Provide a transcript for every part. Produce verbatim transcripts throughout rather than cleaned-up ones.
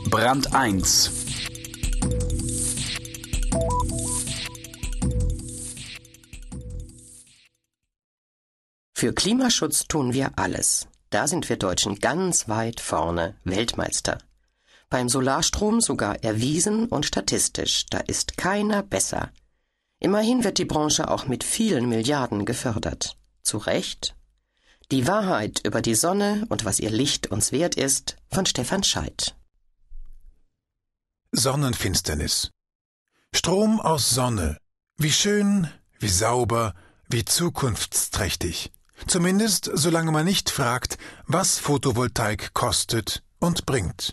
Brand eins. Für Klimaschutz tun wir alles. Da sind wir Deutschen ganz weit vorne, Weltmeister. Beim Solarstrom sogar erwiesen und statistisch, da ist keiner besser. Immerhin wird die Branche auch mit vielen Milliarden gefördert. Zu Recht? Die Wahrheit über die Sonne und was ihr Licht uns wert ist, von Stefan Scheidt. Sonnenfinsternis. Strom aus Sonne. Wie schön, wie sauber, wie zukunftsträchtig. Zumindest solange man nicht fragt, was Photovoltaik kostet und bringt.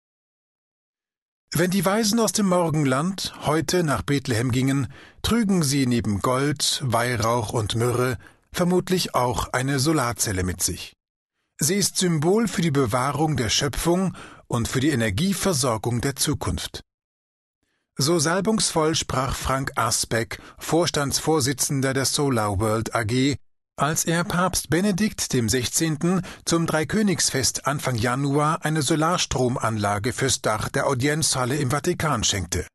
Wenn die Weisen aus dem Morgenland heute nach Bethlehem gingen, trügen sie neben Gold, Weihrauch und Myrrhe vermutlich auch eine Solarzelle mit sich. Sie ist Symbol für die Bewahrung der Schöpfung und für die Energieversorgung der Zukunft. So salbungsvoll sprach Frank Asbeck, Vorstandsvorsitzender der SolarWorld A G, als er Papst Benedikt dem Sechzehnten zum Dreikönigsfest Anfang Januar eine Solarstromanlage fürs Dach der Audienzhalle im Vatikan schenkte.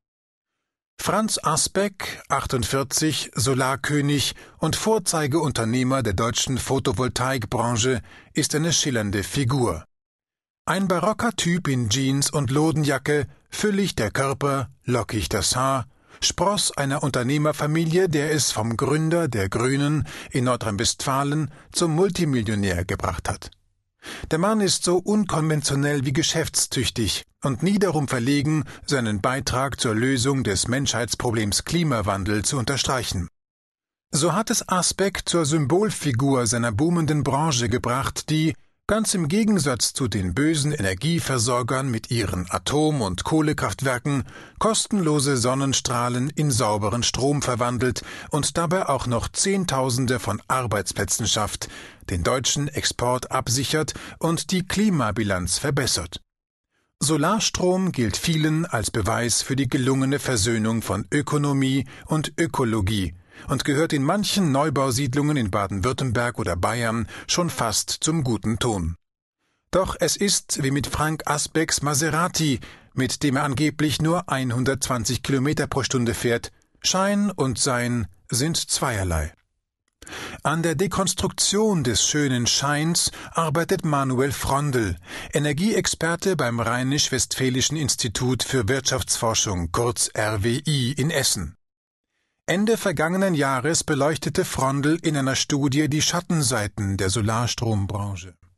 Franz Asbeck, achtundvierzig, Solarkönig und Vorzeigeunternehmer der deutschen Photovoltaikbranche, ist eine schillernde Figur. Ein barocker Typ in Jeans und Lodenjacke, füllig der Körper, lockig das Haar, Spross einer Unternehmerfamilie, der es vom Gründer der Grünen in Nordrhein-Westfalen zum Multimillionär gebracht hat. Der Mann ist so unkonventionell wie geschäftstüchtig und nie darum verlegen, seinen Beitrag zur Lösung des Menschheitsproblems Klimawandel zu unterstreichen. So hat es Asbeck zur Symbolfigur seiner boomenden Branche gebracht, die, ganz im Gegensatz zu den bösen Energieversorgern mit ihren Atom- und Kohlekraftwerken, kostenlose Sonnenstrahlen in sauberen Strom verwandelt und dabei auch noch Zehntausende von Arbeitsplätzen schafft, den deutschen Export absichert und die Klimabilanz verbessert. Solarstrom gilt vielen als Beweis für die gelungene Versöhnung von Ökonomie und Ökologie und gehört in manchen Neubausiedlungen in Baden-Württemberg oder Bayern schon fast zum guten Ton. Doch es ist wie mit Frank Asbecks Maserati, mit dem er angeblich nur hundertzwanzig Kilometer pro Stunde fährt. Schein und Sein sind zweierlei. An der Dekonstruktion des schönen Scheins arbeitet Manuel Frondel, Energieexperte beim Rheinisch-Westfälischen Institut für Wirtschaftsforschung, kurz R W I, in Essen. Ende vergangenen Jahres beleuchtete Frondel in einer Studie die Schattenseiten der Solarstrombranche.